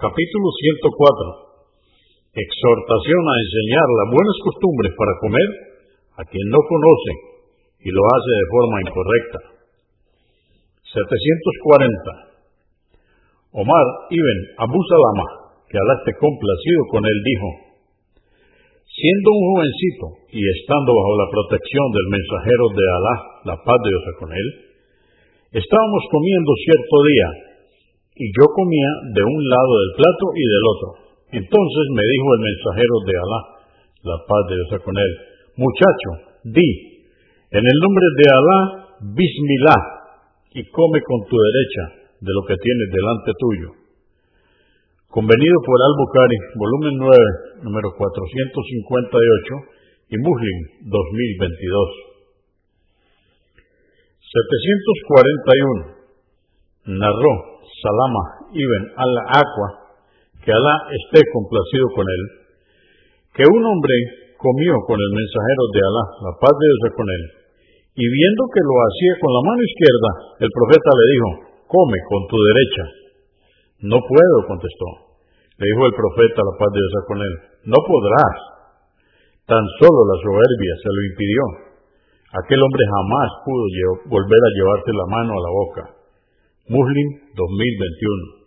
Capítulo 104. Exhortación a enseñar las buenas costumbres para comer a quien no conoce y lo hace de forma incorrecta. 740. Omar ibn Abu Salama, que Alá esté complacido con él, dijo: siendo un jovencito y estando bajo la protección del mensajero de Alá, la paz de Dios con él, estábamos comiendo cierto día, y yo comía de un lado del plato y del otro. Entonces me dijo el mensajero de Alá, la paz de Dios con él: muchacho, di, en el nombre de Alá, Bismillah, y come con tu derecha de lo que tienes delante tuyo. Convenido por Al-Bukhari, volumen 9, número 458, y Muslim, 2022. 741. Narró Salama ibn al-Aqwa, que Alá esté complacido con él, que un hombre comió con el mensajero de Alá, la paz de Dios con él, y viendo que lo hacía con la mano izquierda, el profeta le dijo: come con tu derecha. No puedo, contestó. Le dijo el profeta, la paz de Dios con él: no podrás. Tan solo la soberbia se lo impidió. Aquel hombre jamás pudo volver a llevarse la mano a la boca. Muslim 2021.